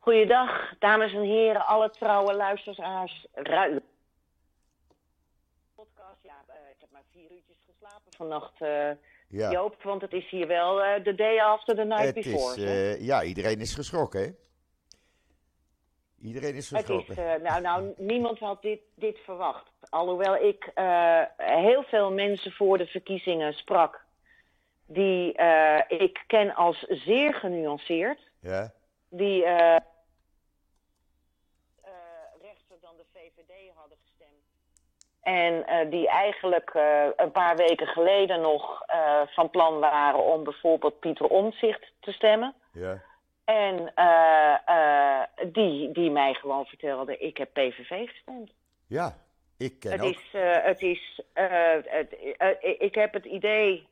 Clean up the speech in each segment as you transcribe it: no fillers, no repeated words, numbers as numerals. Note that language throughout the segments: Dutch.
Goeiedag, dames en heren, alle trouwe luisteraars. Podcast, ik heb maar 4 uurtjes geslapen vannacht, Ja, Joop, want het is hier wel the day after the night het before. is, ja, iedereen is geschrokken, hè? Iedereen is Het is, geschrokken. niemand had dit verwacht. Alhoewel ik heel veel mensen voor de verkiezingen sprak, die ik ken als zeer genuanceerd, Ja, die rechter dan de VVD hadden gestemd. En die eigenlijk een paar weken geleden nog van plan waren om bijvoorbeeld Pieter Omtzigt te stemmen. ja, En die mij gewoon vertelde, ik heb PVV gestemd. ja. Ik ken Het ook. is, ik heb het idee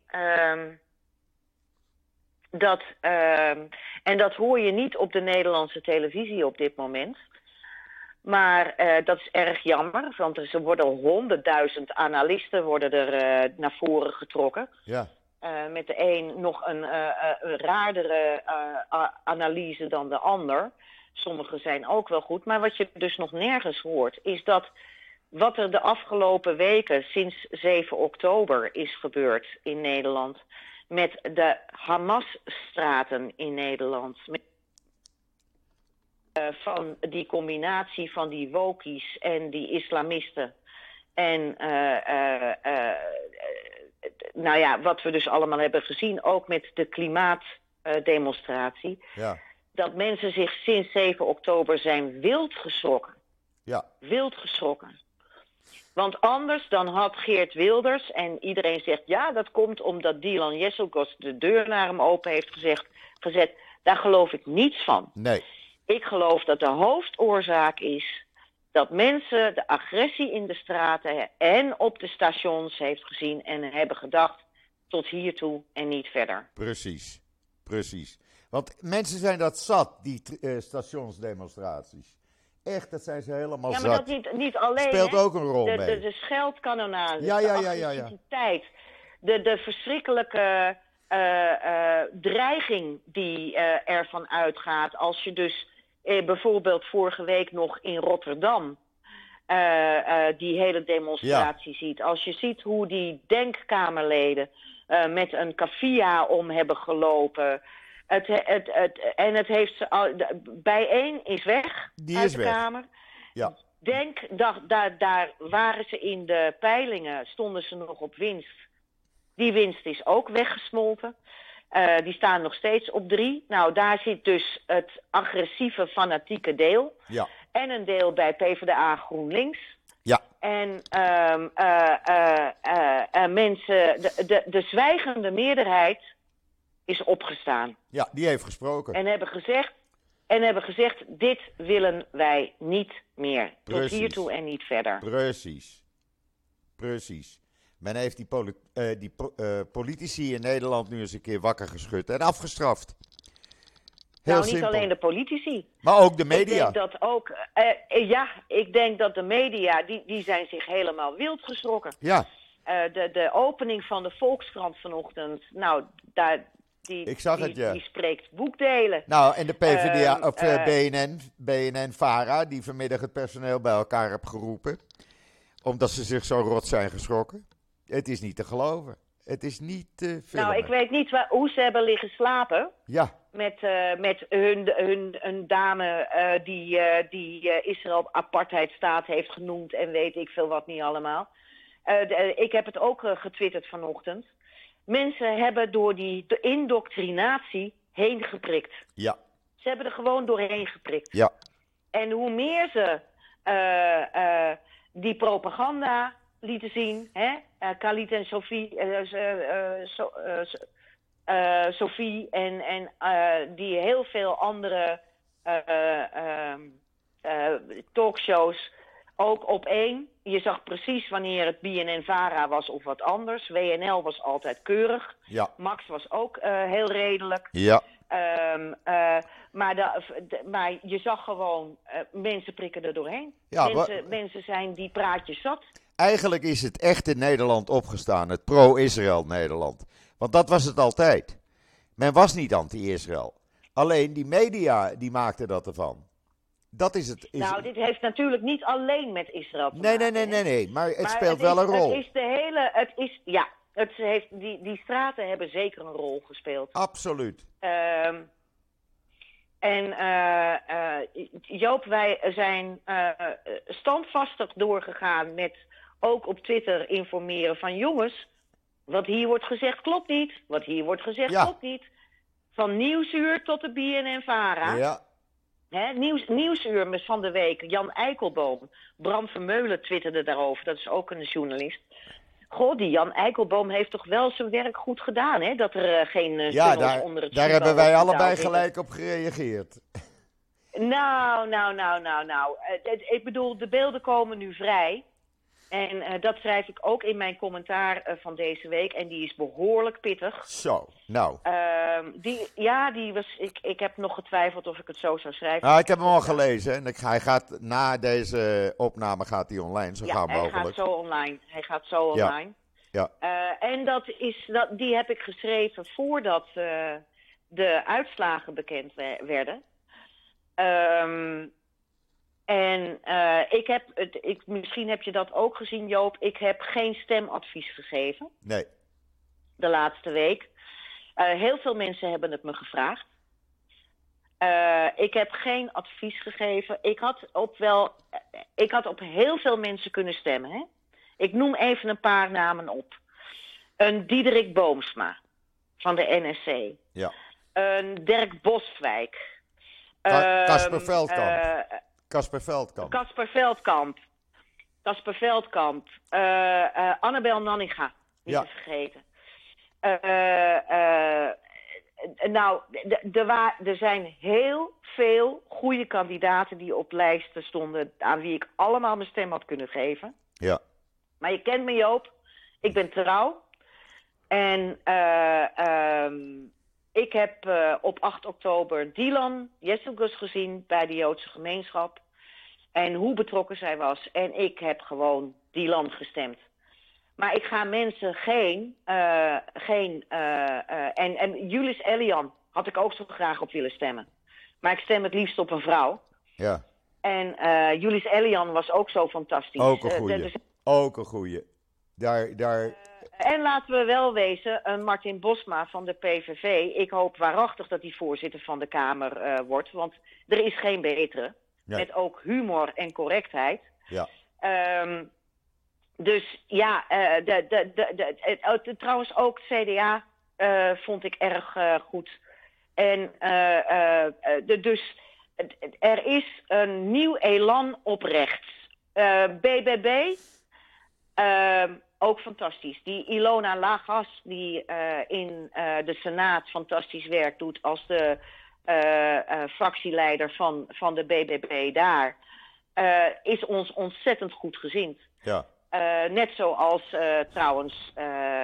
dat, en dat hoor je niet op de Nederlandse televisie op dit moment. Maar dat is erg jammer, want er worden 100.000 analisten worden er naar voren getrokken. Ja, Met de een nog een raardere analyse dan de ander. Sommige zijn ook wel goed. Maar wat je dus nog nergens hoort, is dat wat er de afgelopen weken sinds 7 oktober is gebeurd in Nederland, met de Hamas-straten in Nederland, van die combinatie van die wokies en die islamisten. En wat we dus allemaal hebben gezien, ook met de klimaatdemonstratie, ja, dat mensen zich sinds 7 oktober zijn wild geschrokken. ja, Wild geschrokken. Want anders dan had Geert Wilders, en iedereen zegt, ja, dat komt omdat Dylan Jesselgos de deur naar hem open heeft gezet. Daar geloof ik niets van. nee, Ik geloof dat de hoofdoorzaak is dat mensen de agressie in de straten en op de stations heeft gezien en hebben gedacht, tot hiertoe en niet verder. precies, precies. Want mensen zijn dat zat, die stationsdemonstraties. Echt, dat zijn ze helemaal Ja, maar zat. dat niet alleen. Speelt hè. ook een rol mee. De scheldkanonade, Ja, de ja, ja, ja, ja. agressiviteit, de verschrikkelijke dreiging die ervan uitgaat. Als je dus bijvoorbeeld vorige week nog in Rotterdam die hele demonstratie ziet. Als je ziet hoe die denkkamerleden met een kafia om hebben gelopen. En het heeft ze bijeen is weg Die uit is de weg. Kamer. Ja, Denk, daar waren ze in de peilingen, stonden ze nog op winst. Die winst is ook weggesmolten. Die staan nog steeds op 3. Nou, daar zit dus het agressieve, fanatieke deel. ja, En een deel bij PvdA GroenLinks. ja, En mensen, de zwijgende meerderheid is opgestaan. ja, die heeft gesproken. En hebben gezegd, dit willen wij niet meer. Tot Precies. hiertoe en niet verder. Precies, precies. Men heeft die politici in Nederland nu eens een keer wakker geschud en afgestraft. Heel Nou, niet simpel. alleen de politici. Maar ook de media. Ik denk dat ook, ik denk dat de media, die zijn zich helemaal wild geschrokken. Ja, De opening van de Volkskrant vanochtend, nou, ik zag het, ja. die spreekt boekdelen. Nou, en de PvdA, Ehm, BNN-Vara, die vanmiddag het personeel bij elkaar heeft geroepen. Omdat ze zich zo rot zijn geschrokken. Het is niet te geloven. Het is niet te filmen. Nou, ik weet niet hoe ze hebben liggen slapen. Ja, Met hun dame die Israël apartheidstaat heeft genoemd en weet ik veel wat niet allemaal. Ik heb het ook getwitterd vanochtend. Mensen hebben door de indoctrinatie heen geprikt. ja, Ze hebben er gewoon doorheen geprikt. ja, En hoe meer ze die propaganda lieten zien, hè? Khalid en Sophie en die heel veel andere talkshows ook op één. Je zag precies wanneer het BNN-Vara was of wat anders. WNL was altijd keurig. ja, Max was ook heel redelijk. ja, Maar je zag gewoon, mensen prikken er doorheen. Ja, Mensen zijn die praatjes zat. Eigenlijk is het echte Nederland opgestaan. Het pro-Israël Nederland. Want dat was het altijd. Men was niet anti-Israël. Alleen die media, die maakten dat ervan. Dat is het. Nou, dit heeft natuurlijk niet alleen met Israël te maken. Nee. Maar het speelt wel een rol. Die straten hebben zeker een rol gespeeld. Absoluut. Joop, wij zijn standvastig doorgegaan met ook op Twitter informeren van jongens, wat hier wordt gezegd klopt niet. Wat hier wordt gezegd klopt niet. Van Nieuwsuur tot de BNN-Vara. Ja. Nieuwsuur van de week, Jan Eikelboom. Bram Vermeulen twitterde daarover, dat is ook een journalist. Goh, die Jan Eikelboom heeft toch wel zijn werk goed gedaan, hè? Dat er geen tunnels onder het daar hebben wij allebei gelijk op gereageerd. Nou. Ik bedoel, de beelden komen nu vrij. En dat schrijf ik ook in mijn commentaar van deze week. En die is behoorlijk pittig. Zo, nou. Die was... Ik heb nog getwijfeld of ik het zo zou schrijven. Nou, ik heb hem al gelezen. En hij gaat na deze opname online, zo gauw mogelijk. Hij gaat zo online. Ja. En die heb ik geschreven voordat de uitslagen bekend werden. Misschien heb je dat ook gezien, Joop. Ik heb geen stemadvies gegeven. Nee. De laatste week. Heel veel mensen hebben het me gevraagd. Ik heb geen advies gegeven. Ik had op heel veel mensen kunnen stemmen. Hè? Ik noem even een paar namen op. Een Diederik Boomsma van de NSC. Ja. Een Dirk Boswijk. Casper Veldkamp. Casper Veldkamp. Annabel Nanninga, niet te vergeten. Er zijn heel veel goede kandidaten die op lijsten stonden, aan wie ik allemaal mijn stem had kunnen geven. Ja. Maar je kent me, Joop. Ik ben trouw. En ik heb op 8 oktober Dylan Jesselgus gezien bij de Joodse gemeenschap. En hoe betrokken zij was. En ik heb gewoon Dylan gestemd. Maar ik ga mensen en Julis Elian had ik ook zo graag op willen stemmen. Maar ik stem het liefst op een vrouw. Ja. En Julis Elian was ook zo fantastisch. Ook een goeie. En laten we wel wezen, Martin Bosma van de PVV. Ik hoop waarachtig dat hij voorzitter van de Kamer wordt. Want er is geen betere. Nee. Met ook humor en correctheid. Ja. Trouwens ook het CDA vond ik erg goed. En dus er is een nieuw elan op rechts. BBB, ook fantastisch. Die Ilona Lagas, die in de Senaat fantastisch werk doet als de fractieleider van de BBB daar, is ons ontzettend goed gezind. Ja. Net zoals trouwens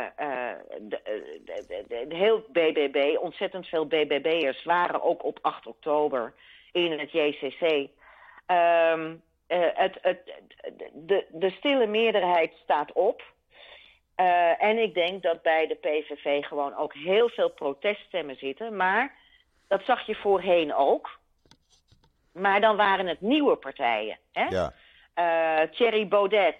heel BBB, ontzettend veel BBB'ers waren ook op 8 oktober in het JCC. De stille meerderheid staat op. En ik denk dat bij de PVV gewoon ook heel veel proteststemmen zitten. Maar dat zag je voorheen ook. Maar dan waren het nieuwe partijen. Hè? Ja. Thierry Baudet,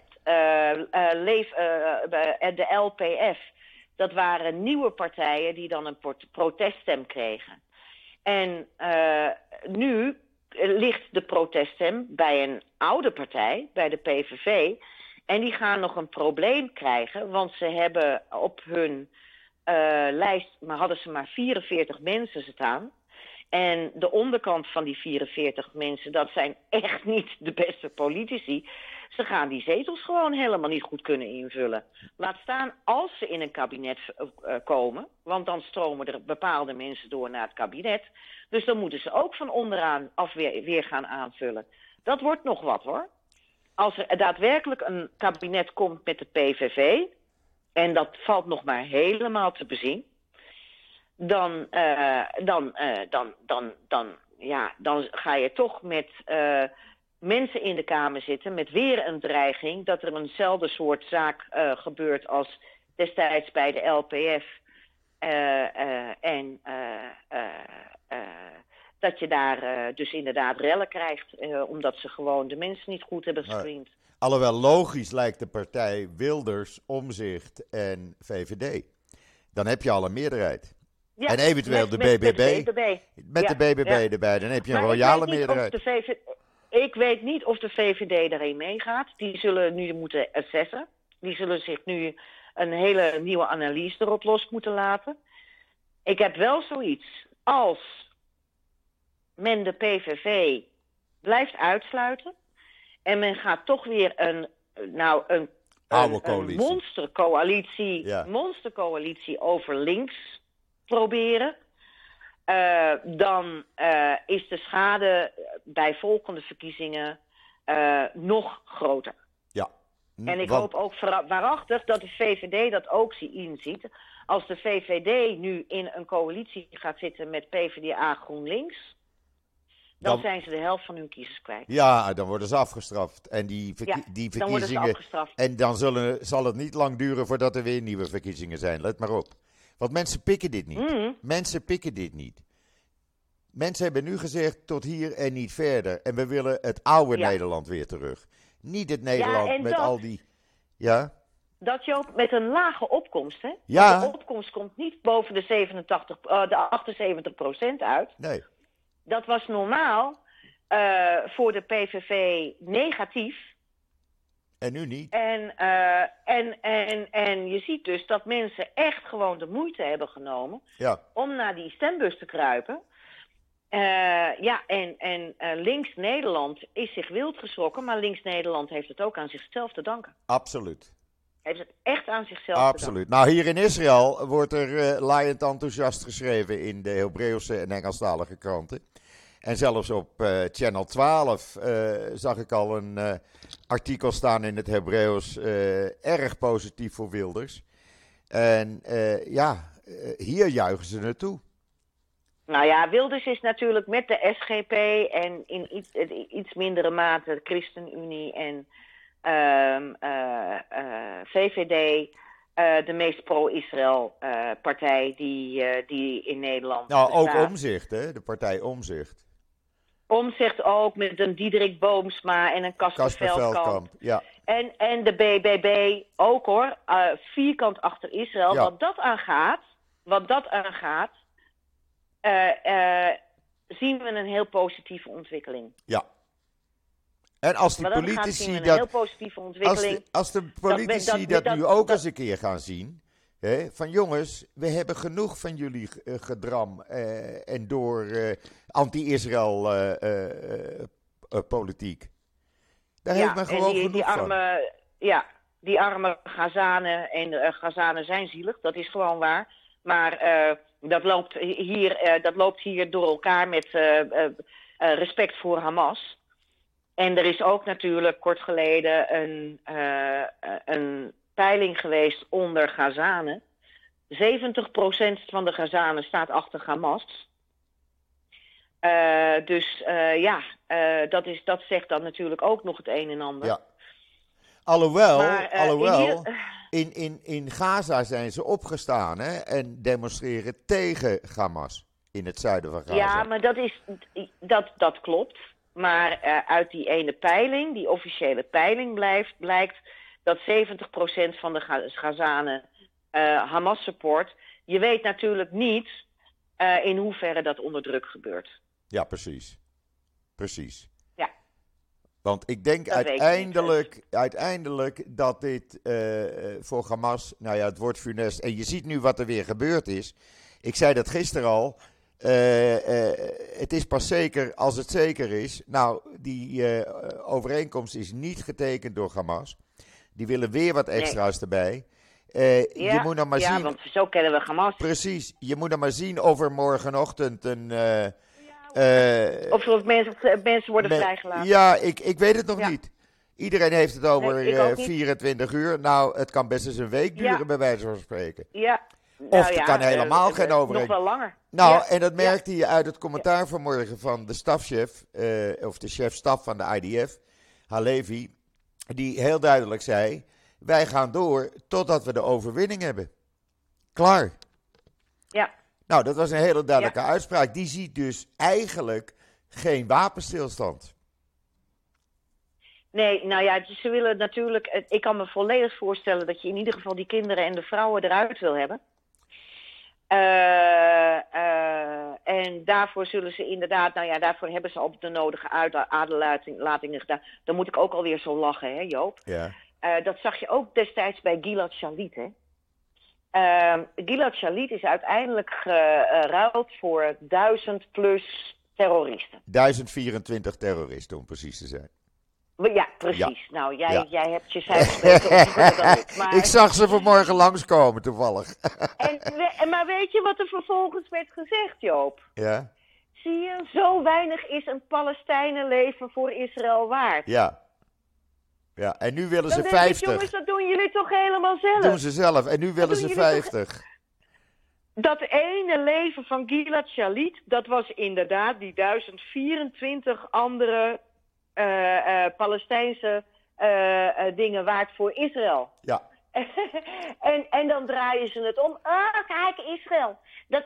de LPF. Dat waren nieuwe partijen die dan een proteststem kregen. En nu ligt de proteststem bij een oude partij, bij de PVV. En die gaan nog een probleem krijgen, want ze hebben op hun lijst hadden ze maar 44 mensen staan. En de onderkant van die 44 mensen, dat zijn echt niet de beste politici. Ze gaan die zetels gewoon helemaal niet goed kunnen invullen. Laat staan als ze in een kabinet komen, want dan stromen er bepaalde mensen door naar het kabinet. Dus dan moeten ze ook van onderaan af weer gaan aanvullen. Dat wordt nog wat, hoor. Als er daadwerkelijk een kabinet komt met de PVV, en dat valt nog maar helemaal te bezien, dan ga je toch met mensen in de Kamer zitten met weer een dreiging dat er eenzelfde soort zaak gebeurt als destijds bij de LPF dat je daar dus inderdaad rellen krijgt. Omdat ze gewoon de mensen niet goed hebben gescreend. Alhoewel logisch lijkt de partij Wilders, Omtzigt en VVD. Dan heb je al een meerderheid. Ja, en eventueel de BBB. Met de BBB erbij, dan heb je een royale meerderheid. Ik weet niet of de VVD daarin meegaat. Die zullen nu moeten assessen. Die zullen zich nu een hele nieuwe analyse erop los moeten laten. Ik heb wel zoiets. Als men de PVV blijft uitsluiten en men gaat toch weer een monstercoalitie over links proberen, dan is de schade bij volgende verkiezingen nog groter. Ja. En ik hoop ook waarachtig dat de VVD dat ook inziet. Als de VVD nu in een coalitie gaat zitten met PvdA GroenLinks, dan zijn ze de helft van hun kiezers kwijt. Ja, dan worden ze afgestraft. En die verkiezingen. Dan worden ze afgestraft. En dan zal het niet lang duren voordat er weer nieuwe verkiezingen zijn. Let maar op. Want mensen pikken dit niet. Mensen pikken dit niet. Mensen hebben nu gezegd tot hier en niet verder. En we willen het oude Nederland weer terug. Niet het Nederland met al die... Ja? Dat je ook met een lage opkomst, hè? Ja. De opkomst komt niet boven de 78% uit. Nee. Dat was normaal voor de PVV negatief. En nu niet. En je ziet dus dat mensen echt gewoon de moeite hebben genomen om naar die stembus te kruipen. Links Nederland is zich wild geschrokken, maar Links Nederland heeft het ook aan zichzelf te danken. Absoluut. Heeft het echt aan zichzelf te danken. Absoluut. Nou, hier in Israël wordt er laaiend enthousiast geschreven in de Hebreeuwse en Engelstalige kranten. En zelfs op Channel 12 zag ik al een artikel staan in het Hebreeuws, erg positief voor Wilders. En hier juichen ze naartoe. Nou ja, Wilders is natuurlijk met de SGP en in iets mindere mate de ChristenUnie en VVD de meest pro-Israël partij die in Nederland bestaat. Nou, ook Omtzigt, hè? De partij Omtzigt. Omtzigt ook met een Diederik Boomsma en een Casper Veldkamp. Ja. En de BBB ook hoor, vierkant achter Israël. Ja. Wat dat aangaat, zien we een heel positieve ontwikkeling. Ja. En als die politici dat... Als de politici dat nu ook eens een keer gaan zien... Hè, van jongens, we hebben genoeg van jullie gedram en door anti-Israël politiek. Daar heeft men gewoon genoeg van. Die arme Gazanen, en Gazanen zijn zielig, dat is gewoon waar. Maar dat loopt hier door elkaar met respect voor Hamas. En er is ook natuurlijk kort geleden een peiling geweest onder Gazanen. 70% van de Gazanen staat achter Hamas. Dat zegt dan natuurlijk ook nog het een en ander. Ja. Alhoewel in Gaza zijn ze opgestaan en demonstreren tegen Hamas in het zuiden van Gaza. Ja, maar dat klopt. Maar uit die ene peiling, die officiële peiling, blijkt dat 70% van de Gazanen Hamas support. Je weet natuurlijk niet in hoeverre dat onder druk gebeurt. Ja, precies. Precies. Ja. Want ik denk uiteindelijk dat dit voor Hamas, nou ja, het wordt funest. En je ziet nu wat er weer gebeurd is. Ik zei dat gisteren al. Het is pas zeker als het zeker is. Nou, die overeenkomst is niet getekend door Hamas. Die willen weer wat extra's erbij. Je moet dan maar zien. Ja, want zo kennen we Hamas. Precies. Je moet dan maar zien of er morgenochtend een... of mensen worden vrijgelaten. Ja, ik weet het nog niet. Iedereen heeft het over 24 uur. Nou, het kan best eens een week duren, bij wijze van spreken. Ja. Of er kan helemaal geen overeenkomst. Nog wel langer. Nou, en dat merkte je uit het commentaar vanmorgen van de stafchef, of de chef-staf van de IDF, Halevi, die heel duidelijk zei, wij gaan door totdat we de overwinning hebben. Klaar. Ja. Nou, dat was een hele duidelijke uitspraak. Die ziet dus eigenlijk geen wapenstilstand. Nee, nou ja, ze willen natuurlijk... Ik kan me volledig voorstellen dat je in ieder geval die kinderen en de vrouwen eruit wil hebben. En daarvoor zullen ze inderdaad... Nou ja, daarvoor hebben ze op de nodige aderlatingen gedaan. Dan moet ik ook alweer zo lachen, hè Joop? Ja. Dat zag je ook destijds bij Gilad Shalit, hè? Gilad Shalit is uiteindelijk geruild voor 1000 plus terroristen. 1024 terroristen, om precies te zijn. Ja, precies. Ja. Nou, jij hebt je cijfers beter dan ik. Maar... Ik zag ze vanmorgen langskomen, toevallig. Maar weet je wat er vervolgens werd gezegd, Joop? Ja. Zie je, zo weinig is een Palestijnenleven voor Israël waard. Ja. Ja, en nu willen ze 50. Jongens, dat doen jullie toch helemaal zelf? Doen ze zelf, en nu willen ze 50. Dat ene leven van Gilad Shalit, dat was inderdaad die 1024 andere Palestijnse dingen waard voor Israël. Ja. En dan draaien ze het om. Kijk, Israël. Dat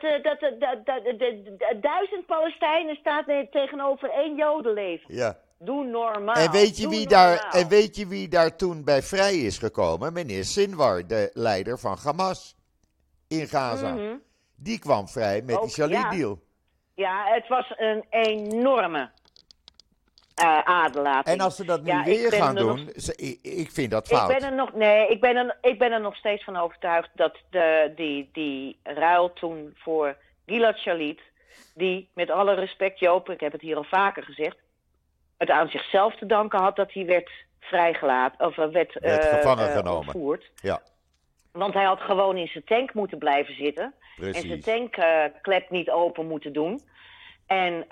1000 Palestijnen staat tegenover 1 Jodenleven. Ja. Doe normaal. En weet je wie daar toen bij vrij is gekomen? Meneer Sinwar, de leider van Hamas in Gaza. Mm-hmm. Die kwam vrij met die Shalit-deal. Ja, het was een enorme aderlating. En als ze dat nu weer gaan doen, ik vind dat fout. Ik ben er nog steeds van overtuigd dat die ruil toen voor Gilad Shalit, die met alle respect, Joop, ik heb het hier al vaker gezegd, het aan zichzelf te danken had dat hij werd vrijgelaten, of werd gevangen genomen. Ontvoerd. Ja. Want hij had gewoon in zijn tank moeten blijven zitten. Precies. En zijn tankklep niet open moeten doen. En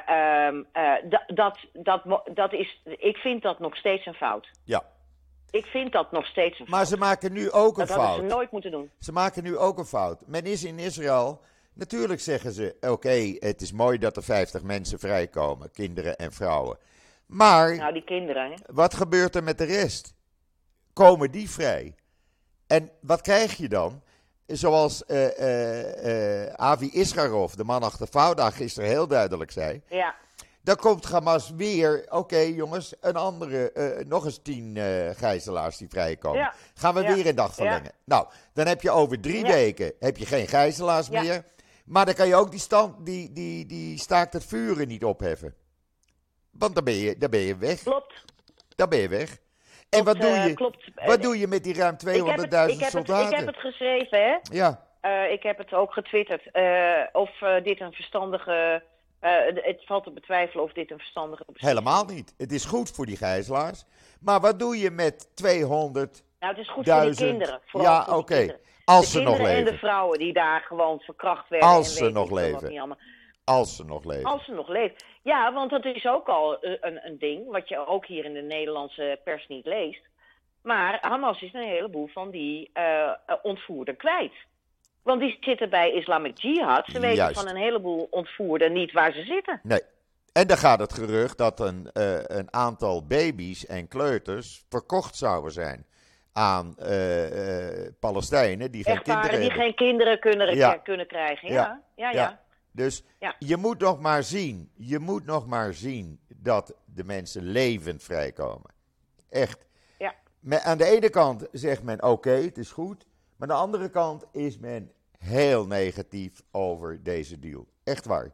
dat is, ik vind dat nog steeds een fout. Ja. Ik vind dat nog steeds een fout. Maar ze maken nu ook een fout. Dat hadden ze nooit moeten doen. Ze maken nu ook een fout. Men is in Israël, natuurlijk zeggen ze, oké, het is mooi dat er 50 mensen vrijkomen, kinderen en vrouwen. Maar, nou, die kinderen, hè? Wat gebeurt er met de rest? Komen die vrij? En wat krijg je dan? Zoals Avi Iskarov, de man achter Fauda, gisteren heel duidelijk zei. Ja. Dan komt Hamas weer, oké, jongens, een andere, nog eens 10 gijzelaars die vrijkomen. Ja. Gaan we weer een dag verlengen. Ja. Nou, dan heb je over 3 weken heb je geen gijzelaars meer. Maar dan kan je ook die staakt het vuren niet opheffen. Want dan ben je weg. Klopt. Dan ben je weg. En wat doe je met die ruim 200.000 soldaten? Ik heb het geschreven, hè? Ja. Ik heb het ook getwitterd. Of dit een verstandige... het valt te betwijfelen of dit een verstandige beslissing is. Helemaal niet. Het is goed voor die gijzelaars. Maar wat doe je met 200? Nou, het is goed voor die kinderen. Ja, oké. Als ze nog leven. De kinderen en de vrouwen die daar gewoon verkracht werden. Als ze nog leven. Als ze nog leven. Als ze nog leven. Ja, want dat is ook al een ding, wat je ook hier in de Nederlandse pers niet leest. Maar Hamas is een heleboel van die ontvoerden kwijt. Want die zitten bij Islamic Jihad. Ze weten van een heleboel ontvoerden niet waar ze zitten. Nee. En dan gaat het gerucht dat een aantal baby's en kleuters verkocht zouden zijn aan Palestijnen die geen kinderen hebben. Die geen kinderen kunnen krijgen. Ja. Dus je moet nog maar zien dat de mensen levend vrijkomen. Echt. Ja. Aan de ene kant zegt men oké, het is goed. Maar aan de andere kant is men heel negatief over deze deal. Echt waar.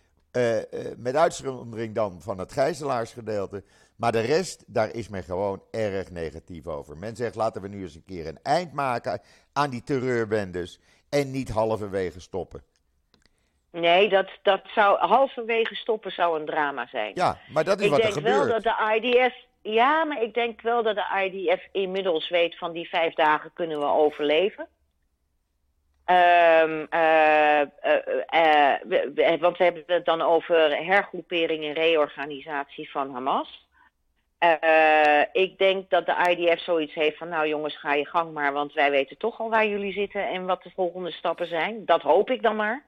Met uitzondering dan van het gijzelaarsgedeelte. Maar de rest, daar is men gewoon erg negatief over. Men zegt, laten we nu eens een keer een eind maken aan die terreurbendes. En niet halverwege stoppen. Nee, dat zou halverwege stoppen zou een drama zijn. Ja, maar dat is wat er gebeurt. Wel dat de IDF... Ja, maar ik denk wel dat de IDF inmiddels weet van die 5 dagen kunnen we overleven. Want we hebben het dan over hergroepering en reorganisatie van Hamas. Ik denk dat de IDF zoiets heeft van, nou jongens, ga je gang maar, want wij weten toch al waar jullie zitten en wat de volgende stappen zijn. Dat hoop ik dan maar.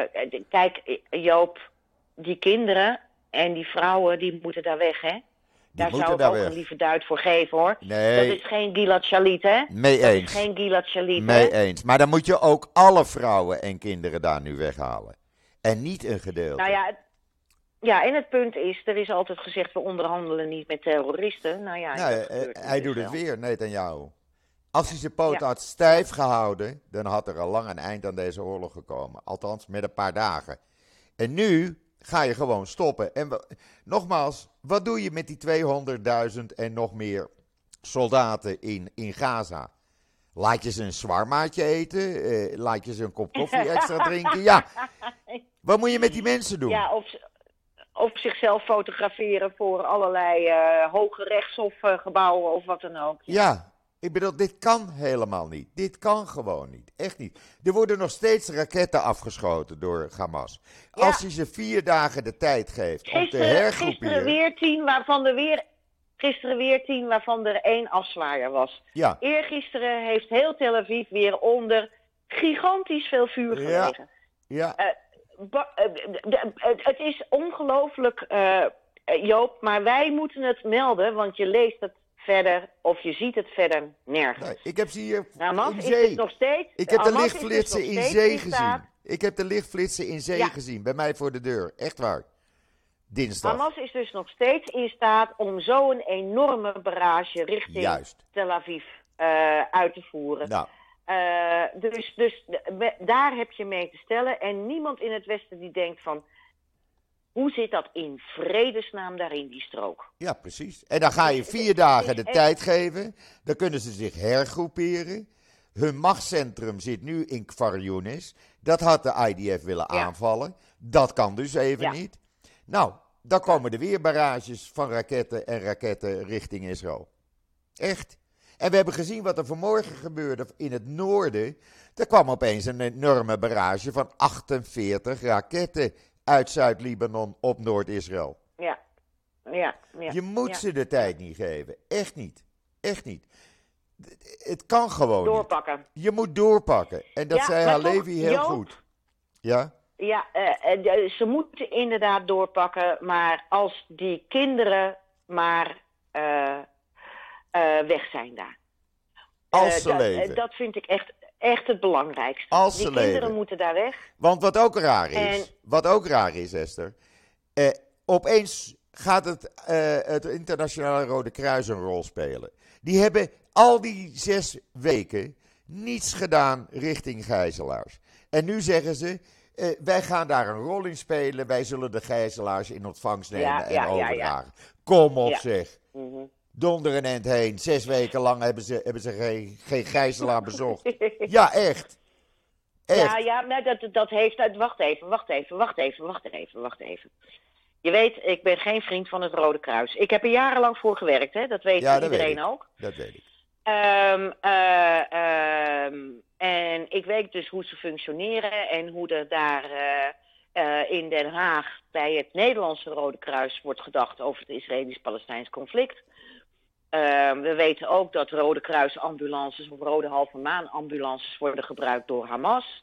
Kijk, Joop, die kinderen en die vrouwen, die moeten daar weg, hè? Daar zou ik ook een lieve duit voor geven, hoor. Nee. Dat is geen Gilad Shalit, hè? Mee dat eens. is geen Gilad Shalit, Mee hè? eens. Maar dan moet je ook alle vrouwen en kinderen daar nu weghalen. En niet een gedeelte. Nou ja, en het punt is, er is altijd gezegd, we onderhandelen niet met terroristen. Nou ja, hij doet het weer, Netanyahu. Als hij zijn poot had stijf gehouden, dan had er al lang een eind aan deze oorlog gekomen. Althans, met een paar dagen. En nu ga je gewoon stoppen. En nogmaals, wat doe je met die 200.000 en nog meer soldaten in Gaza? Laat je ze een zwarmaatje eten? Laat je ze een kop koffie extra drinken? Ja. Wat moet je met die mensen doen? Ja, of zichzelf fotograferen voor allerlei hoge rechtshofgebouwen of wat dan ook. Ja, ik bedoel, dit kan helemaal niet. Dit kan gewoon niet. Echt niet. Er worden nog steeds raketten afgeschoten door Hamas. Ja. Als je ze 4 dagen de tijd geeft om te hergroeperen... Gisteren weer 10 waarvan er 1 afzwaaier was. Ja. Eergisteren heeft heel Tel Aviv weer onder gigantisch veel vuur gelegen. Ja. Het is ongelooflijk, Joop, maar wij moeten het melden, want je leest het verder of je ziet het verder nergens. Nee, ik heb ze hier in zee. Is nog steeds, ik heb de lichtflitsen in zee gezien. Ik heb de lichtflitsen in zee gezien, bij mij voor de deur. Echt waar. Dinsdag. Hamas is dus nog steeds in staat om zo'n enorme barrage richting Tel Aviv uit te voeren. Nou. Dus daar heb je mee te stellen. En niemand in het Westen die denkt van... Hoe zit dat in vredesnaam daar in die strook? Ja, precies. En dan ga je 4 dagen de tijd geven. Dan kunnen ze zich hergroeperen. Hun machtscentrum zit nu in Kfar Younis. Dat had de IDF willen aanvallen. Dat kan dus even niet. Nou, dan komen er weer barrages van raketten richting Israël. Echt. En we hebben gezien wat er vanmorgen gebeurde in het noorden. Er kwam opeens een enorme barrage van 48 raketten uit Zuid-Libanon op Noord-Israël. Ja. Je moet ze de tijd niet geven. Echt niet. Echt niet. Het kan gewoon doorpakken. Niet. Je moet doorpakken. En dat zei Halevi heel goed. Ja? Ja, ze moeten inderdaad doorpakken. Maar als die kinderen maar weg zijn daar. Als ze leven. Dat vind ik echt het belangrijkste. Als die ze kinderen leven. moeten daar weg. Want wat ook raar is, Esther. Opeens gaat het Internationale Rode Kruis een rol spelen. Die hebben al die 6 weken niets gedaan richting gijzelaars. En nu zeggen ze, wij gaan daar een rol in spelen. Wij zullen de gijzelaars in ontvangst nemen en overdragen. Kom op zeg. Mm-hmm. Donder en end heen. 6 weken lang hebben ze geen gijzelaar bezocht. Ja, echt. Ja, maar dat heeft... Wacht even. Je weet, ik ben geen vriend van het Rode Kruis. Ik heb er jarenlang voor gewerkt, hè? Dat weet iedereen ook. Dat weet ik. En ik weet dus hoe ze functioneren en hoe er daar in Den Haag bij het Nederlandse Rode Kruis wordt gedacht over het Israëlisch-Palestijns conflict. We weten ook dat Rode Kruis ambulances of Rode Halve Maan ambulances worden gebruikt door Hamas.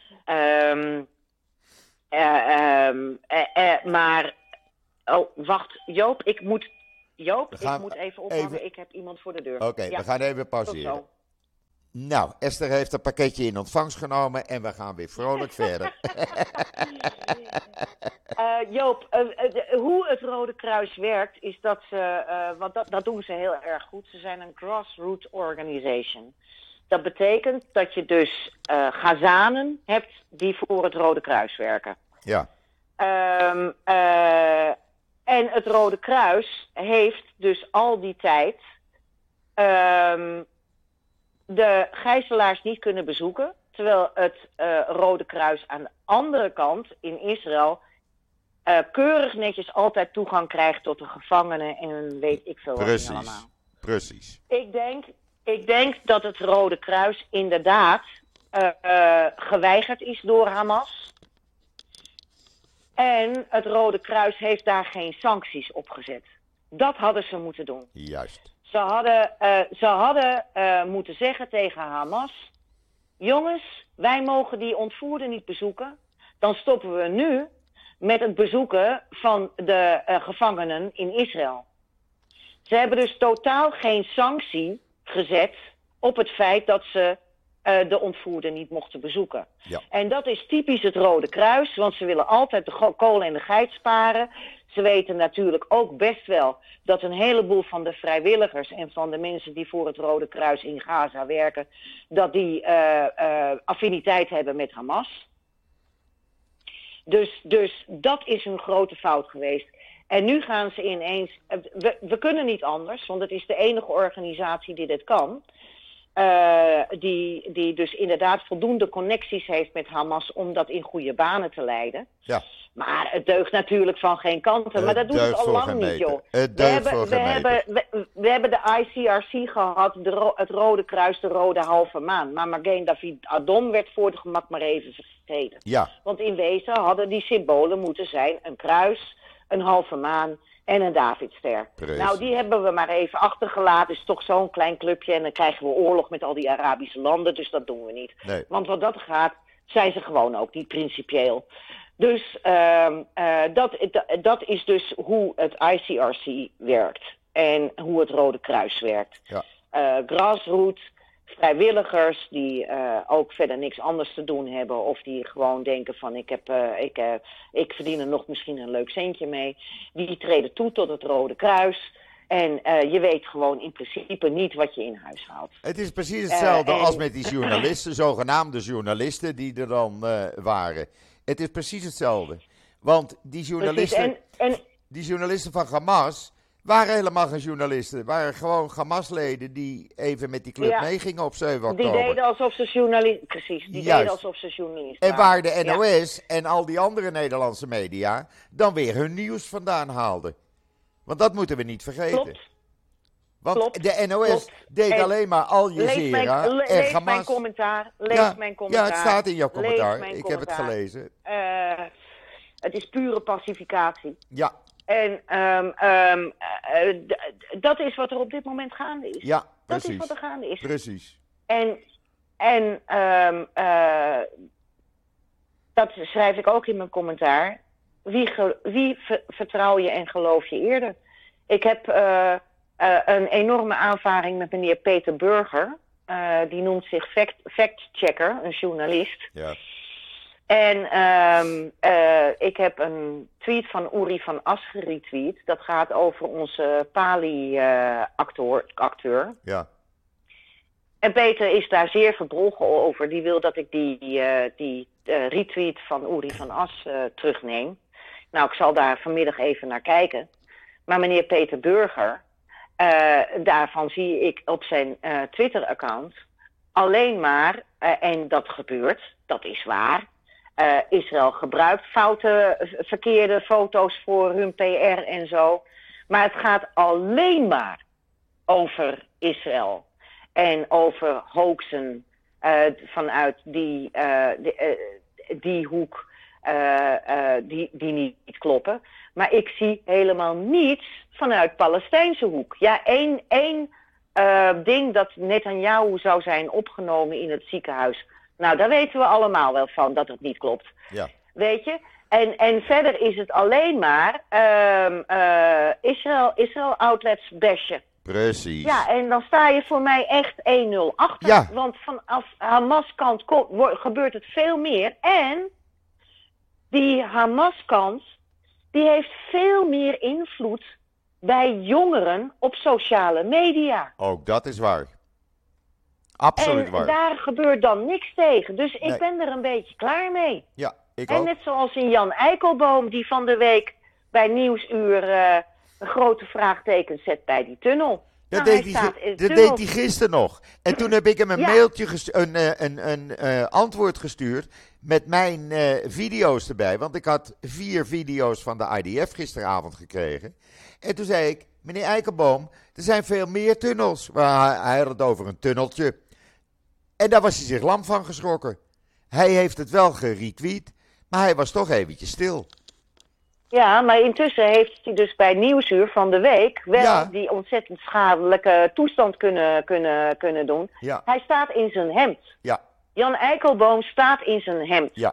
Maar, wacht, Joop, ik moet even ophangen. Ik heb iemand voor de deur. Oké, we gaan even pauzeren. Nou, Esther heeft een pakketje in ontvangst genomen en we gaan weer vrolijk verder. Joop, hoe het Rode Kruis werkt is dat ze, want dat doen ze heel erg goed. Ze zijn een grassroots organization. Dat betekent dat je dus Gazanen hebt die voor het Rode Kruis werken. Ja. En het Rode Kruis heeft dus al die tijd de gijzelaars niet kunnen bezoeken. Terwijl het Rode Kruis aan de andere kant in Israël keurig netjes altijd toegang krijgt tot de gevangenen en weet ik veel wat allemaal. Precies. Ik denk dat het Rode Kruis inderdaad geweigerd is door Hamas. En het Rode Kruis heeft daar geen sancties op gezet. Dat hadden ze moeten doen. Juist. Ze hadden moeten zeggen tegen Hamas: jongens, wij mogen die ontvoerden niet bezoeken. Dan stoppen we nu met het bezoeken van de gevangenen in Israël. Ze hebben dus totaal geen sanctie gezet op het feit dat ze de ontvoerder niet mochten bezoeken. Ja. En dat is typisch het Rode Kruis, want ze willen altijd de kool en de geit sparen. Ze weten natuurlijk ook best wel dat een heleboel van de vrijwilligers en van de mensen die voor het Rode Kruis in Gaza werken, dat die affiniteit hebben met Hamas. Dus dat is een grote fout geweest. En nu gaan ze ineens... We kunnen niet anders, want het is de enige organisatie die dit kan. Die dus inderdaad voldoende connecties heeft met Hamas om dat in goede banen te leiden. Ja. Maar het deugt natuurlijk van geen kanten. Maar dat doet het al lang niet, joh. We hebben de ICRC gehad, het Rode Kruis, de Rode Halve Maan. Maar Magen David Adom werd voor de gemak maar even vergeten. Ja. Want in wezen hadden die symbolen moeten zijn een kruis, een halve maan en een Davidster. Precies. Nou, die hebben we maar even achtergelaten. Het is toch zo'n klein clubje en dan krijgen we oorlog met al die Arabische landen. Dus dat doen we niet. Nee. Want wat dat gaat, zijn ze gewoon ook niet principieel. Dus dat is dus hoe het ICRC werkt. En hoe het Rode Kruis werkt. Ja. Grassroots, vrijwilligers die ook verder niks anders te doen hebben. Of die gewoon denken van ik verdien er nog misschien een leuk centje mee. Die treden toe tot het Rode Kruis. En je weet gewoon in principe niet wat je in huis haalt. Het is precies hetzelfde als met die journalisten, zogenaamde journalisten die er dan waren. Het is precies hetzelfde. Want die journalisten, die journalisten van Hamas waren helemaal geen journalisten. Het waren gewoon Hamas-leden die even met die club meegingen op 7 oktober. Die deden alsof ze journalisten... Precies, die deden alsof ze journalisten waren. En waar de NOS en al die andere Nederlandse media dan weer hun nieuws vandaan haalden. Want dat moeten we niet vergeten. Klopt. Want de NOS deed alleen maar Al Jazeera en lees Hamas. Mijn commentaar. Lees mijn commentaar. Ja, het staat in jouw commentaar. Ik heb het gelezen. Het is pure pacificatie. Ja. En dat is wat er op dit moment gaande is. Ja, precies. Dat is wat er gaande is. Precies. En dat schrijf ik ook in mijn commentaar. Wie vertrouw je en geloof je eerder? Ik heb een enorme aanvaring met meneer Peter Burger. Die noemt zich fact-checker, een journalist. Ja. En ik heb een tweet van Uri van As geretweet. Dat gaat over onze Pali-acteur. Ja. En Peter is daar zeer verbolgen over. Die wil dat ik die retweet van Uri van As terugneem. Nou, ik zal daar vanmiddag even naar kijken. Maar meneer Peter Burger, daarvan zie ik op zijn Twitter-account alleen maar, en dat gebeurt, dat is waar. Israël gebruikt verkeerde foto's voor hun PR en zo. Maar het gaat alleen maar over Israël. En over hoaxen vanuit die hoek die niet kloppen. Maar ik zie helemaal niets vanuit Palestijnse hoek. Ja, één ding dat Netanyahu zou zijn opgenomen in het ziekenhuis. Nou, daar weten we allemaal wel van dat het niet klopt. Ja. Weet je? En verder is het alleen maar Israël outlets bashen. Precies. Ja, en dan sta je voor mij echt 1-0 achter. Ja. Want vanaf Hamas-kant gebeurt het veel meer. En die Hamas-kant, die heeft veel meer invloed bij jongeren op sociale media. Ook dat is waar. Absoluut waar. En daar gebeurt dan niks tegen. Dus ik ben er een beetje klaar mee. Ja, ik en ook. net zoals in Jan Eikelboom, die van de week bij Nieuwsuur een grote vraagteken zet bij die tunnel. Dat deed hij gisteren nog. En toen heb ik hem een mailtje, een antwoord gestuurd met mijn video's erbij. Want ik had 4 video's van de IDF gisteravond gekregen. En toen zei ik, meneer Eikelboom, er zijn veel meer tunnels. Maar hij had het over een tunneltje. En daar was hij zich lam van geschrokken. Hij heeft het wel geretweet, maar hij was toch eventjes stil. Ja, maar intussen heeft hij dus bij Nieuwsuur van de week wel die ontzettend schadelijke toestand kunnen doen. Ja. Hij staat in zijn hemd. Ja. Jan Eikelboom staat in zijn hemd. Ja.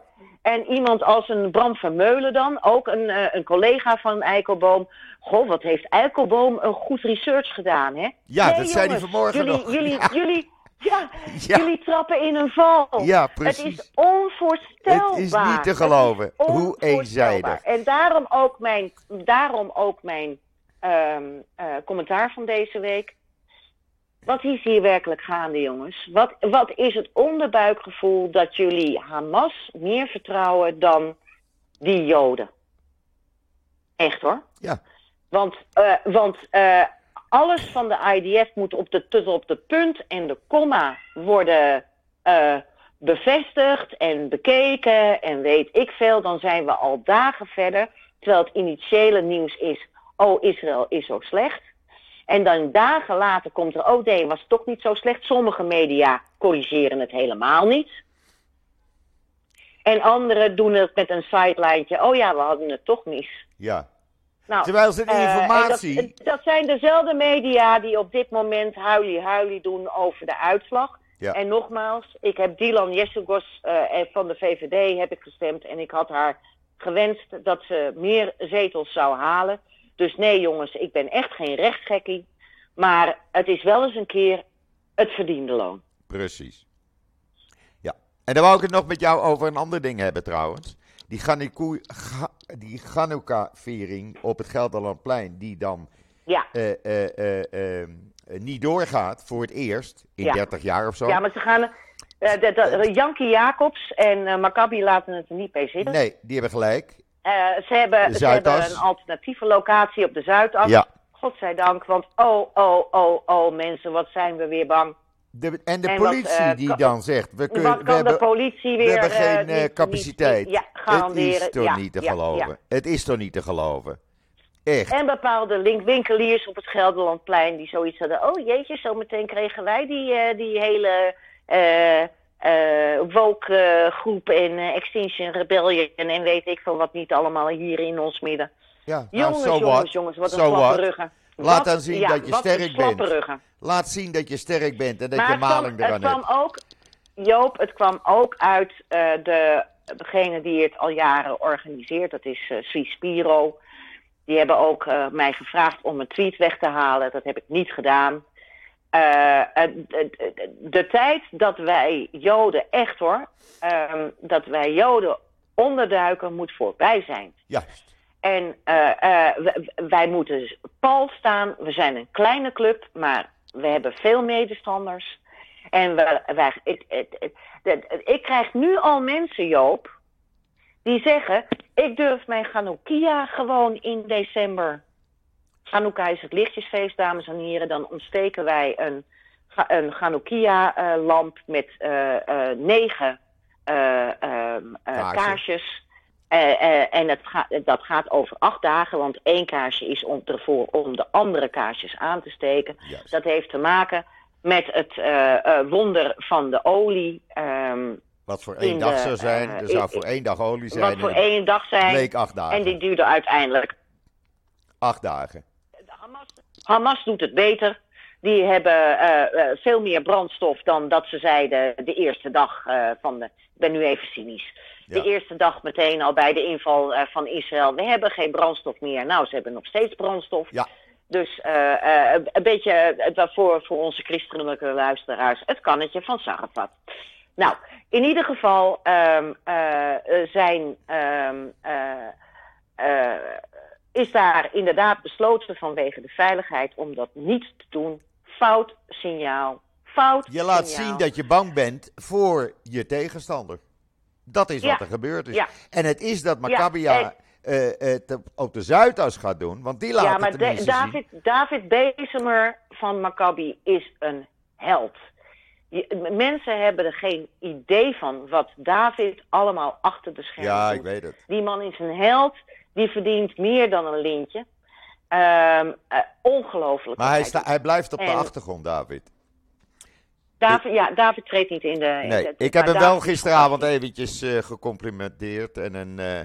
En iemand als een Bram Vermeulen dan, ook een collega van Eikelboom. Goh, wat heeft Eikelboom een goed research gedaan, hè? Ja, nee, dat zei hij vanmorgen nog. Jullie trappen in een val. Ja, precies. Het is onvoorstelbaar. Het is niet te geloven. Hoe eenzijdig. En daarom ook mijn commentaar van deze week. Wat is hier werkelijk gaande, jongens? Wat is het onderbuikgevoel dat jullie Hamas meer vertrouwen dan die Joden? Echt hoor. Ja. Want alles van de IDF moet tot op de punt en de komma worden bevestigd en bekeken en weet ik veel. Dan zijn we al dagen verder. Terwijl het initiële nieuws is, Israël is zo slecht. En dan dagen later komt er, nee, was toch niet zo slecht. Sommige media corrigeren het helemaal niet. En anderen doen het met een sidelijntje. We hadden het toch mis. Ja. Nou, terwijl ze de informatie... Dat zijn dezelfde media die op dit moment huilie doen over de uitslag. Ja. En nogmaals, ik heb Dylan Jessegos van de VVD heb ik gestemd. En ik had haar gewenst dat ze meer zetels zou halen. Dus nee jongens, ik ben echt geen rechtsgekkie. Maar het is wel eens een keer het verdiende loon. Precies. Ja. En dan wou ik het nog met jou over een ander ding hebben trouwens. Die Chanukka-viering op het Gelderlandplein, die dan niet doorgaat voor het eerst in 30 jaar of zo. Ja, maar ze gaan... Jankie Jacobs en Maccabi laten het er niet bij zitten. Nee, die hebben gelijk. Ze hebben een alternatieve locatie op de Zuidas. Ja. Godzijdank, want mensen, wat zijn we weer bang. De politie die dan zegt, we hebben geen capaciteit. Het is toch niet te geloven. Ja. Het is toch niet te geloven. Echt. En bepaalde winkeliers op het Gelderlandplein die zoiets hadden. Jeetje, zometeen kregen wij die hele woke groep en Extinction Rebellion en weet ik veel wat niet allemaal hier in ons midden. Ja, jongens, wat een slappe ruggen. Laat dan zien dat je sterk bent. Laat zien dat je sterk bent en dat je maling eraan hebt. Het kwam ook uit degene die het al jaren organiseert. Dat is Suisse Spiro. Die hebben ook mij gevraagd om een tweet weg te halen. Dat heb ik niet gedaan. De tijd dat wij Joden, echt hoor, dat wij Joden onderduiken moet voorbij zijn. Juist. En wij moeten pal staan. We zijn een kleine club, maar we hebben veel medestanders. En ik krijg nu al mensen, Joop, die zeggen, ik durf mijn Chanukkia gewoon in december. Chanukka is het lichtjesfeest, dames en heren. Dan ontsteken wij een Chanukkia-lamp met 9 kaarsjes. En dat gaat over 8 dagen, want 1 kaarsje is om de andere kaarsjes aan te steken. Yes. Dat heeft te maken met het wonder van de olie. Wat voor 1 dag zou zijn. Er zou voor 1 dag olie zijn. Wat voor 1 dag zijn. Bleek 8 dagen. En die duurde uiteindelijk 8 dagen. Hamas doet het beter. Die hebben veel meer brandstof dan dat ze zeiden de eerste dag ik ben nu even cynisch. De eerste dag meteen al bij de inval van Israël. We hebben geen brandstof meer. Nou, ze hebben nog steeds brandstof. Ja. Dus een beetje voor onze christelijke luisteraars. Het kannetje van Sarafat. Nou, in ieder geval is daar inderdaad besloten vanwege de veiligheid om dat niet te doen. Fout signaal. Je laat zien dat je bang bent voor je tegenstander. Dat is wat er gebeurd is. Ja. En het is dat Maccabia op de Zuidas gaat doen, want die laat het tenminste zien. David Bezemer van Maccabi is een held. Mensen hebben er geen idee van wat David allemaal achter de schermen doet. Ja, ik weet het. Die man is een held, die verdient meer dan een lintje. Ongelooflijk. Maar hij blijft op de achtergrond, David. David treedt niet in de... Nee, ik heb hem wel gisteravond eventjes gecomplimenteerd en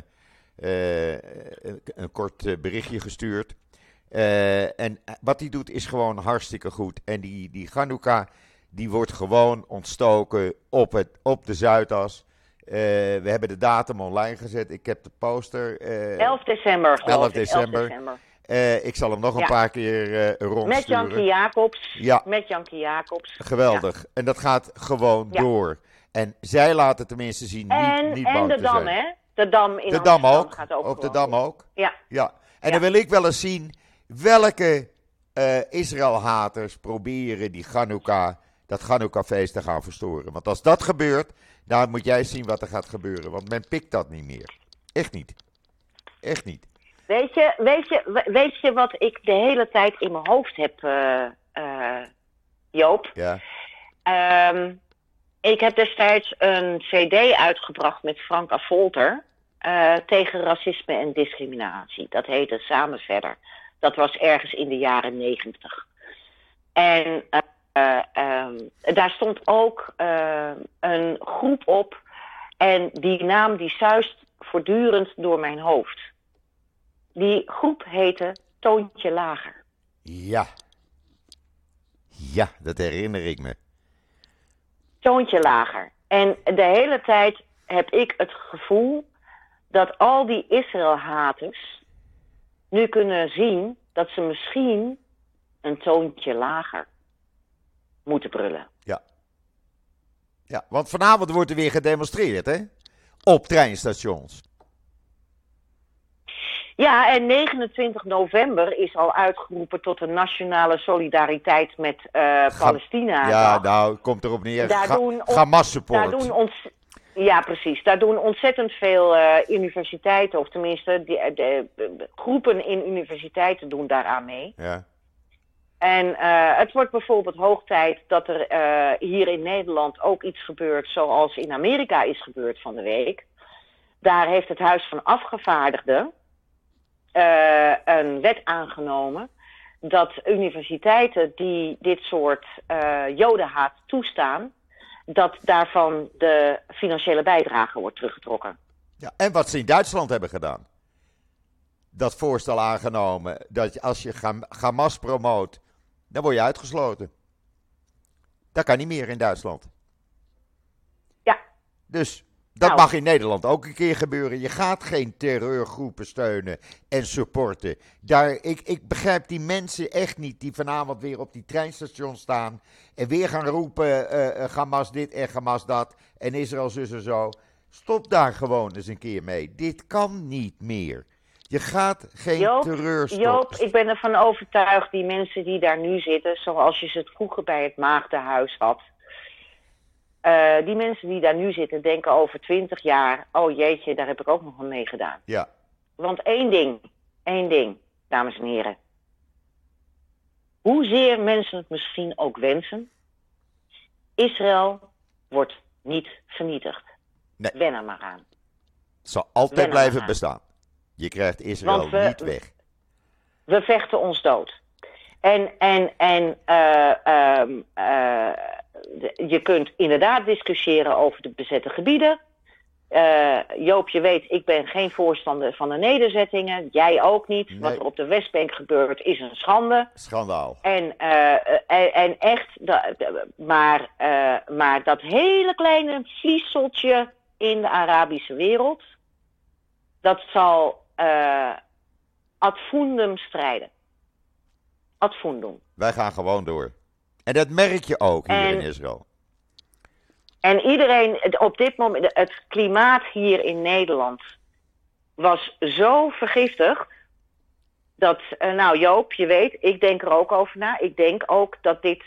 een kort berichtje gestuurd. En wat hij doet is gewoon hartstikke goed. En die Chanukka, die wordt gewoon ontstoken op de Zuidas. We hebben de datum online gezet. Ik heb de poster. 11 december, geloof 11 ik. december. 11 december. Ik zal hem nog een paar keer rondsturen. Met Jankie Jacobs. Ja. Met Jankie Jacobs. Geweldig. Ja. En dat gaat gewoon door. En zij laten tenminste zien niet bang te zijn. En de Dam, hè? De Dam in de Dam Amsterdam ook. gaat ook Op de gewoon Dam ook. Ja. En dan wil ik wel eens zien welke Israël-haters proberen die dat Chanukka-feest te gaan verstoren. Want als dat gebeurt, dan moet jij zien wat er gaat gebeuren. Want men pikt dat niet meer. Echt niet. Echt niet. Weet je wat ik de hele tijd in mijn hoofd heb, Joop? Ja. Ik heb destijds een cd uitgebracht met Frank Afolter tegen racisme en discriminatie. Dat heette Samen Verder. Dat was ergens in de jaren 90. En daar stond ook een groep op. En die naam die zuist voortdurend door mijn hoofd. Die groep heette Toontje Lager. Ja. Ja, dat herinner ik me. Toontje Lager. En de hele tijd heb ik het gevoel dat al die Israël-haters nu kunnen zien dat ze misschien een toontje lager moeten brullen. Ja. Ja, want vanavond wordt er weer gedemonstreerd, hè? Op treinstations. Ja, en 29 november is al uitgeroepen tot een nationale solidariteit met Palestina. Ja, nou, komt erop neer. Hamas support. Ja, precies. Daar doen ontzettend veel universiteiten, of tenminste de groepen in universiteiten doen daaraan mee. Ja. En het wordt bijvoorbeeld hoog tijd dat er hier in Nederland ook iets gebeurt zoals in Amerika is gebeurd van de week. Daar heeft het Huis van Afgevaardigden een wet aangenomen dat universiteiten die dit soort jodenhaat toestaan, dat daarvan de financiële bijdrage wordt teruggetrokken. Ja, en wat ze in Duitsland hebben gedaan. Dat voorstel aangenomen dat als je Hamas promoot, dan word je uitgesloten. Dat kan niet meer in Duitsland. Ja. Dus dat mag in Nederland ook een keer gebeuren. Je gaat geen terreurgroepen steunen en supporten. Ik begrijp die mensen echt niet die vanavond weer op die treinstation staan en weer gaan roepen Hamas dit en Hamas dat en Israël zus en zo. Stop daar gewoon eens een keer mee. Dit kan niet meer. Je gaat geen terreur stoppen. Joop, ik ben ervan overtuigd, die mensen die daar nu zitten, zoals je ze het vroeger bij het Maagdenhuis had. Die mensen die daar nu zitten denken over 20 jaar, oh jeetje, daar heb ik ook nog aan meegedaan. Ja. Want één ding, dames en heren. Hoezeer mensen het misschien ook wensen, Israël wordt niet vernietigd. Nee. Wen er maar aan. Het zal altijd blijven bestaan. Je krijgt Israël niet weg. We vechten ons dood. Je kunt inderdaad discussiëren over de bezette gebieden. Joop, je weet, ik ben geen voorstander van de nederzettingen. Jij ook niet. Nee. Wat er op de Westbank gebeurt is een schande. Schandaal. En echt, maar dat hele kleine vlieseltje in de Arabische wereld, dat zal ad fundum strijden. Ad fundum. Wij gaan gewoon door. En dat merk je ook hier in Israël. En iedereen, op dit moment, het klimaat hier in Nederland was zo vergiftigd, dat, nou Joop, je weet, ik denk er ook over na. Ik denk ook dat dit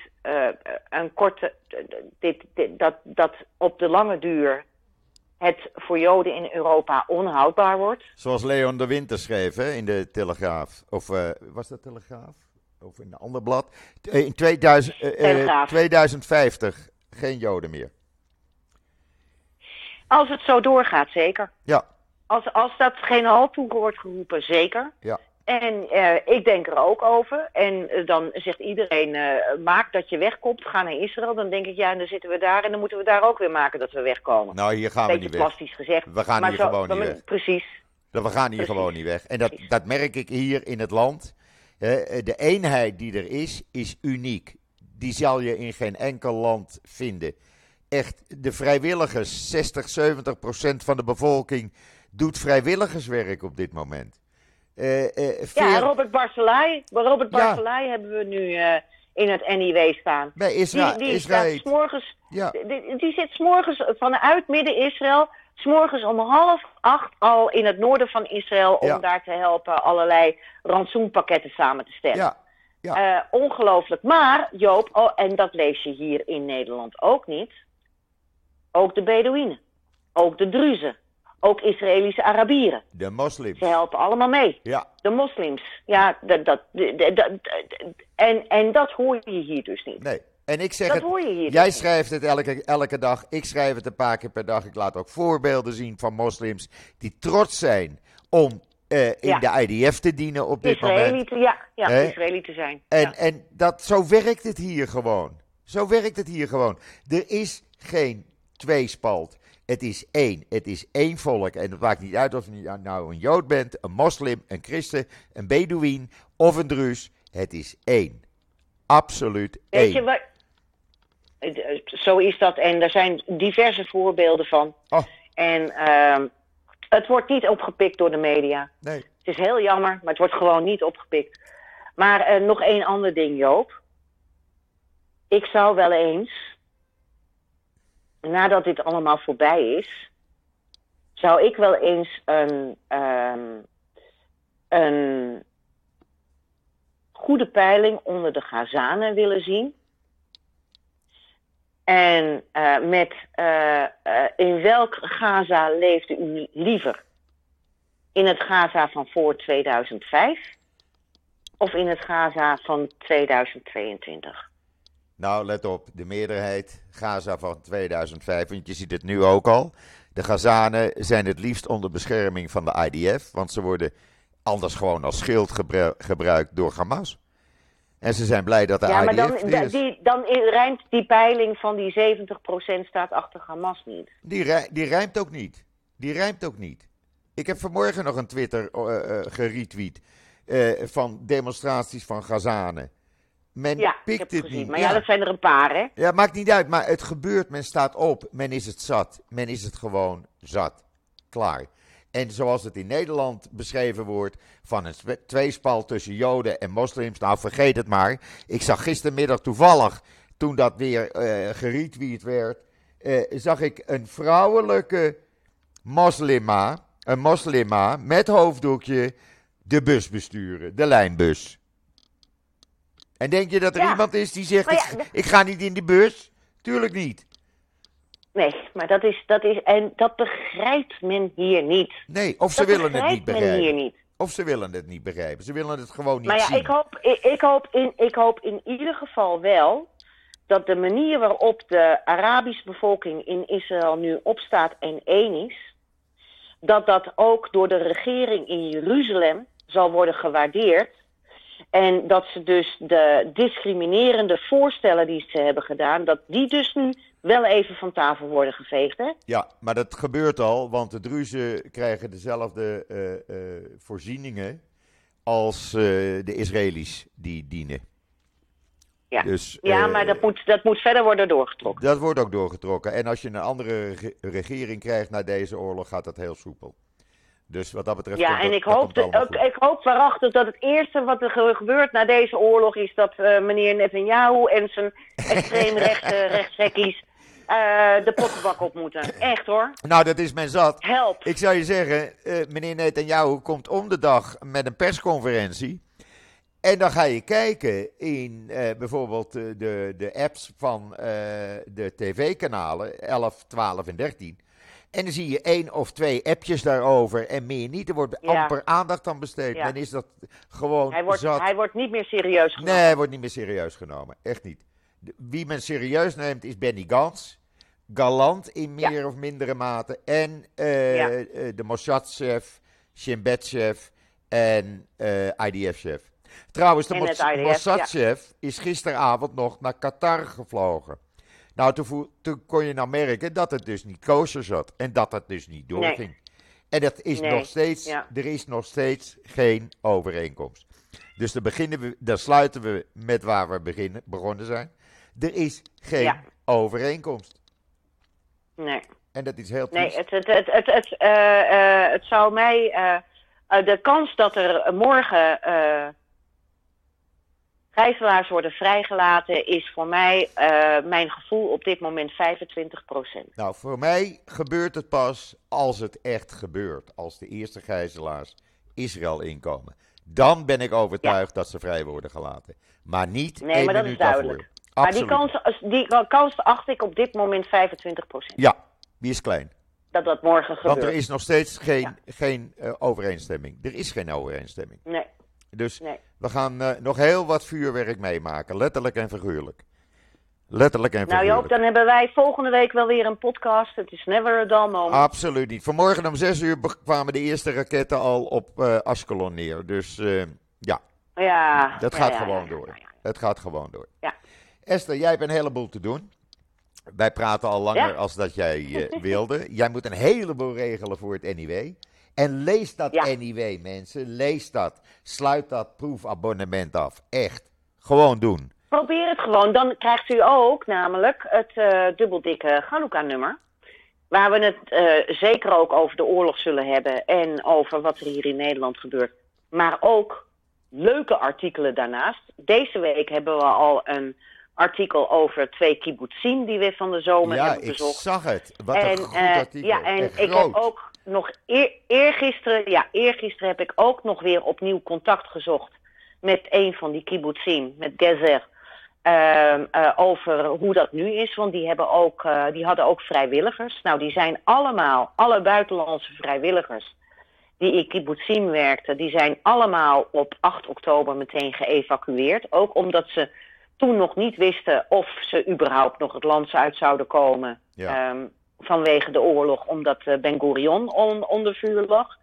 dat op de lange duur het voor Joden in Europa onhoudbaar wordt. Zoals Leon de Winter schreef in de Telegraaf. Of was dat Telegraaf? Of in een ander blad. In 2050 geen Joden meer. Als het zo doorgaat, zeker. Ja. Als dat geen halt toe wordt geroepen, zeker. Ja. En ik denk er ook over. En dan zegt iedereen, maak dat je wegkomt, ga naar Israël. Dan denk ik, ja, en dan zitten we daar en dan moeten we daar ook weer maken dat we wegkomen. Nou, hier gaan we niet weg. Plastisch gezegd. We gaan hier gewoon niet weg. Precies. We gaan hier gewoon niet weg. En dat merk ik hier in het land. De eenheid die er is uniek. Die zal je in geen enkel land vinden. echt de vrijwilligers, 60-70% van de bevolking doet vrijwilligerswerk op dit moment. Ja, Robert Barcelay. Barcelay hebben we nu in het NIW staan. Bij Israël. Die staat 's morgens, die zit 's morgens vanuit Midden-Israël, 's morgens om 7:30 al in het noorden van Israël om daar te helpen allerlei rantsoenpakketten samen te stellen. Ja. Ongelooflijk. Maar, Joop, en dat lees je hier in Nederland ook niet, ook de Bedouinen, ook de Druzen, ook Israëlische Arabieren. De moslims. Ze helpen allemaal mee. Ja. De moslims. Ja, en dat hoor je hier dus niet. Nee. En ik zeg dat het, hoor je hier jij dus schrijft het elke dag. Ik schrijf het een paar keer per dag. Ik laat ook voorbeelden zien van moslims die trots zijn om in de IDF te dienen op dit moment. Israëli te zijn. En zo werkt het hier gewoon. Zo werkt het hier gewoon. Er is geen tweespalt. Het is één. Het is één volk. En het maakt niet uit of je nou een Jood bent, een moslim, een christen, een Bedouin of een Druus. Het is één. Absoluut één. Weet je wat? Zo is dat. En er zijn diverse voorbeelden van. Oh. En het wordt niet opgepikt door de media. Nee. Het is heel jammer, maar het wordt gewoon niet opgepikt. Maar nog één ander ding, Joop. Ik zou wel eens, nadat dit allemaal voorbij is, zou ik wel eens een goede peiling onder de Gazanen willen zien. En in welk Gaza leefde u liever? In het Gaza van voor 2005 of in het Gaza van 2022? Nou, let op, de meerderheid Gaza van 2005, want je ziet het nu ook al. De Gazanen zijn het liefst onder bescherming van de IDF, want ze worden anders gewoon als schild gebruikt door Hamas. En ze zijn blij dat de IDF maar dan rijmt die peiling van die 70% staat achter Hamas niet. Die rijmt ook niet. Die rijmt ook niet. Ik heb vanmorgen nog een Twitter geretweet van demonstraties van Gazanen. Men pikt het niet. Maar dat zijn er een paar, hè? Ja, maakt niet uit, maar het gebeurt. Men staat op, men is het zat. Men is het gewoon zat. Klaar. En zoals het in Nederland beschreven wordt, van een tweespalt tussen Joden en moslims. Nou, vergeet het maar. Ik zag gistermiddag toevallig, toen dat weer geretweet werd, zag ik een vrouwelijke moslima met hoofddoekje de bus besturen, de lijnbus. En denk je dat er iemand is die zegt, ik ga niet in die bus? Tuurlijk niet. Nee, maar dat begrijpt men hier niet. Nee, of ze willen het niet begrijpen. Hier niet. Of ze willen het niet begrijpen. Ze willen het gewoon niet zien. Maar ik hoop in ieder geval wel dat de manier waarop de Arabische bevolking in Israël nu opstaat en één is, dat ook door de regering in Jeruzalem zal worden gewaardeerd. En dat ze dus de discriminerende voorstellen die ze hebben gedaan, dat die dus nu wel even van tafel worden geveegd, hè? Ja, maar dat gebeurt al, want de Druzen krijgen dezelfde voorzieningen als de Israëli's die dienen. Ja, dus, maar dat moet verder worden doorgetrokken. Dat wordt ook doorgetrokken. En als je een andere regering krijgt na deze oorlog, gaat dat heel soepel. Dus wat dat betreft. Ja, en ik hoop waarachtig dat het eerste wat er gebeurt na deze oorlog is dat meneer Netanyahu en zijn extreemrechtse rechtsgekkies de pottenbak op moeten. Echt hoor. Nou, dat is men zat. Help. Ik zou je zeggen, meneer Netanyahu komt om de dag met een persconferentie. En dan ga je kijken in bijvoorbeeld de apps van de tv-kanalen 11, 12 en 13. En dan zie je 1 of 2 appjes daarover en meer niet. Er wordt amper aandacht aan besteed. Men is dat gewoon zat. Hij wordt niet meer serieus genomen. Nee, hij wordt niet meer serieus genomen. Echt niet. Wie men serieus neemt is Benny Gantz. Galant in meer of mindere mate. En de Mossad-chef, Shin Bet-chef en IDF-chef. Trouwens, de Mossad-chef is gisteravond nog naar Qatar gevlogen. Nou, toen kon je nou merken dat het dus niet kosher zat. En dat het dus niet doorging. Nee. En dat is nog steeds, er is nog steeds geen overeenkomst. Dus dan sluiten we met waar we begonnen zijn. Er is geen overeenkomst. Nee. En dat is heel Nee, triest. het zou mij... de kans dat er morgen gijzelaars worden vrijgelaten is voor mij, mijn gevoel op dit moment 25%. Nou, voor mij gebeurt het pas als het echt gebeurt. Als de eerste gijzelaars Israël inkomen. Dan ben ik overtuigd dat ze vrij worden gelaten. Maar niet Nee, één maar dat minuut is duidelijk. daarvoor. Maar Absoluut. die kans acht ik op dit moment 25%. Ja, die is klein. Dat morgen gebeurt. Want er is nog steeds geen overeenstemming. Er is geen overeenstemming. Nee. Dus Nee. we gaan nog heel wat vuurwerk meemaken. Letterlijk en figuurlijk. Letterlijk en Nou figuurlijk. Joop, dan hebben wij volgende week wel weer een podcast. Het is never a dull moment. Absoluut niet. Vanmorgen om 6 uur kwamen de eerste raketten al op Ashkelon neer. Dus ja, dat gaat gewoon door. Het gaat gewoon door. Ja. Esther, jij hebt een heleboel te doen. Wij praten al langer als dat jij wilde. Jij moet een heleboel regelen voor het NIW. En lees dat NIW, mensen. Lees dat. Sluit dat proefabonnement af. Echt. Gewoon doen. Probeer het gewoon. Dan krijgt u ook namelijk het dubbeldikke Chanukka-nummer. Waar we het zeker ook over de oorlog zullen hebben. En over wat er hier in Nederland gebeurt. Maar ook leuke artikelen daarnaast. Deze week hebben we al een artikel over 2 kibbutzim die we van de zomer hebben bezocht. Ja, ik zag het. Wat een goed artikel. Ja, en ik heb ook nog eergisteren heb ik ook nog weer opnieuw contact gezocht met een van die kibbutzim, met Gezer, over hoe dat nu is. Want die hadden ook vrijwilligers. Nou, die zijn alle buitenlandse vrijwilligers die in kibbutzim werkten, die zijn allemaal op 8 oktober meteen geëvacueerd. Ook omdat ze toen nog niet wisten of ze überhaupt nog het land uit zouden komen. Ja. Vanwege de oorlog, omdat Ben Gurion onder vuur lag.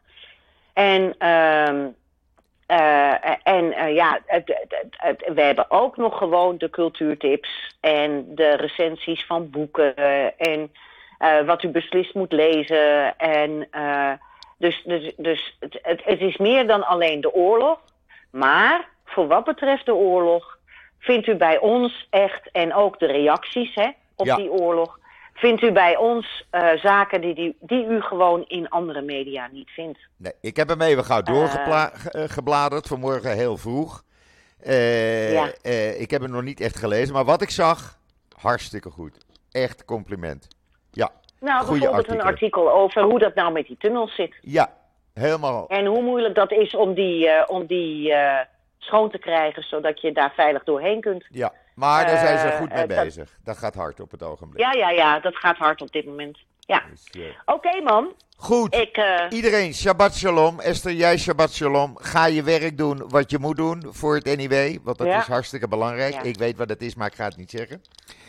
We hebben ook nog gewoon de cultuurtips en de recensies van boeken en wat u beslist moet lezen. En dus het is meer dan alleen de oorlog. Maar voor wat betreft de oorlog vindt u bij ons echt, en ook de reacties op die oorlog, vindt u bij ons zaken die u gewoon in andere media niet vindt. Nee, ik heb hem even gauw doorgebladerd, vanmorgen heel vroeg. Ik heb hem nog niet echt gelezen, maar wat ik zag, hartstikke goed. Echt compliment. Ja, nou, bijvoorbeeld een artikel over hoe dat nou met die tunnels zit. Ja, helemaal. En hoe moeilijk dat is om die schoon te krijgen, zodat je daar veilig doorheen kunt. Ja, maar daar zijn ze goed mee bezig. Dat gaat hard op het ogenblik. Ja, dat gaat hard op dit moment. Ja. Dus, Oké, man. Goed. Iedereen, Shabbat Shalom. Esther, jij Shabbat Shalom. Ga je werk doen wat je moet doen voor het NIW. Want dat is hartstikke belangrijk. Ja. Ik weet wat het is, maar ik ga het niet zeggen.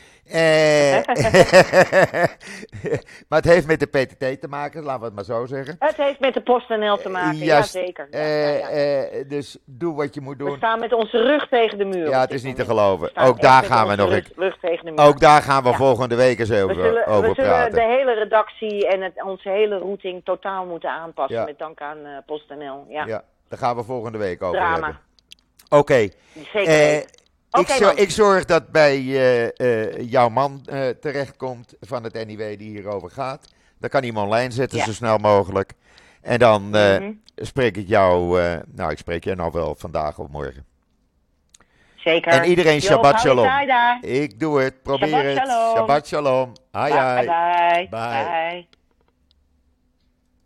Maar het heeft met de PTT te maken, laten we het maar zo zeggen. Het heeft met de PostNL te maken, jazeker. Dus doe wat je moet doen. We staan met onze rug tegen de muur. Ja, het is niet te geloven. Ook daar gaan we nog rug tegen de muur. Ook daar gaan we volgende week eens over praten. We zullen de hele redactie en onze hele routing totaal moeten aanpassen met dank aan PostNL. Ja, daar gaan we volgende week over Drama. hebben. Oké. Zeker. Ik zorg dat bij jouw man terechtkomt van het NIW die hierover gaat. Dan kan hij hem online zetten zo snel mogelijk. En dan spreek ik jou, ik spreek je nou wel vandaag of morgen. Zeker. En iedereen Shabbat Shalom. Ik doe het, probeer Shabbat het. Shalom. Shabbat Shalom. Hai, hai. Bye. Bye.